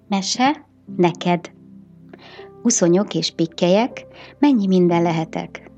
Mese neked. Uszonyok és pikkelyek, mennyi minden lehetek.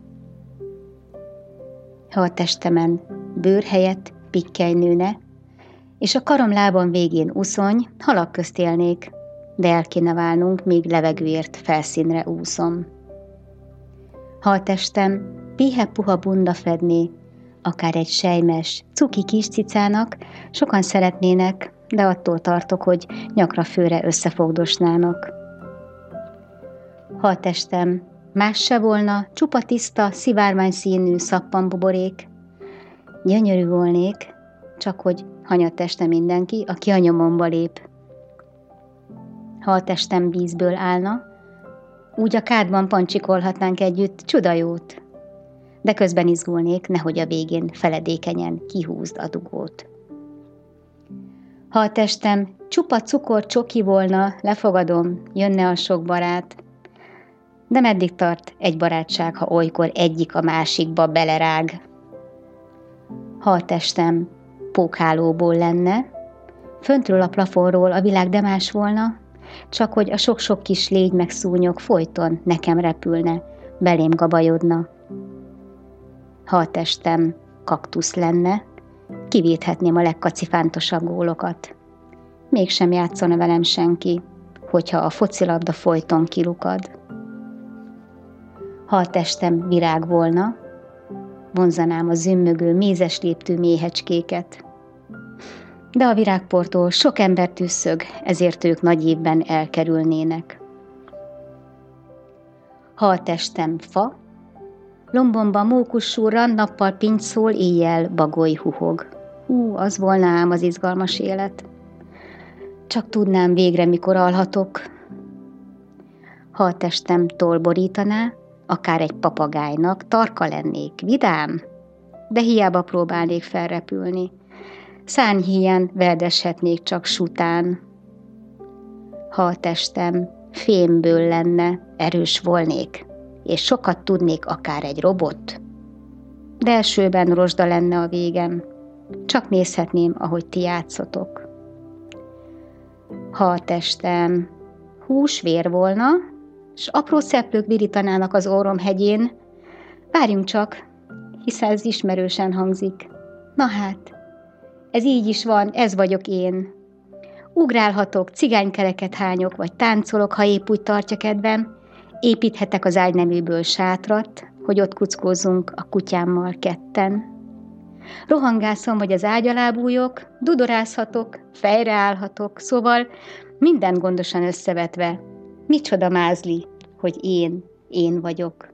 Ha a testemen bőr helyett pikkely nőne, és a karom lábam végén uszony, halak közt élnék, de el kéne válnunk, míg levegőért felszínre úszom. Ha a testem pihe-puha bunda fedné, akár egy sejmes, cuki kis cicának, sokan szeretnének, de attól tartok, hogy nyakra főre összefogdosnának. Ha a testem más se volna, csupa tiszta, szivárvány színű szappanbuborék, gyönyörű volnék, csak hogy hanyateste mindenki, aki a nyomomba lép. Ha a testem vízből állna, úgy a kádban pancsikolhatnánk együtt csudajót, de közben izgulnék, nehogy a végén feledékenyen kihúzd a dugót. Ha a testem csupa cukor csoki volna, lefogadom, jönne a sok barát, de meddig tart egy barátság, ha olykor egyik a másikba belerág? Ha a testem pókhálóból lenne, föntről a plafonról a világ de más volna, csak hogy a sok-sok kis légy meg szúnyog folyton nekem repülne, belém gabajodna. Ha a testem kaktusz lenne, kivéthetném a legkacifántosabb gólokat. Mégsem játszana velem senki, hogyha a focilabda folyton kilukad. Ha a testem virág volna, vonzanám a zümmögő, mézes léptű méhecskéket. De a virágportól sok ember tüsszög, ezért ők nagy évben elkerülnének. Ha a testem fa, lombomban mókus surran, nappal pinty szól, éjjel bagoly huhog. Az volna ám az izgalmas élet. Csak tudnám végre, mikor alhatok. Ha a testem toll borítaná, akár egy papagájnak, tarka lennék, vidám, de hiába próbálnék felrepülni. Szárnyhíján verdeshetnék csak sután. Ha a testem fémből lenne, erős volnék, és sokat tudnék akár egy robot, de elsőben rozsda lenne a végem, csak nézhetném, ahogy ti játszotok. Ha a testem hús-vér volna, s apró szeplők virítanának az orrom hegyén, várjunk csak, hiszen ez ismerősen hangzik. Na hát, ez így is van, ez vagyok én. Ugrálhatok, cigánykereket hányok, vagy táncolok, ha épp úgy tartja kedvem, építhetek az ágyneműből sátrat, hogy ott kuckózzunk a kutyámmal ketten. Rohangászom, vagy az ágy alá bújok, dudorázhatok, fejre állhatok, szóval minden gondosan összevetve. Micsoda mázli, hogy én vagyok.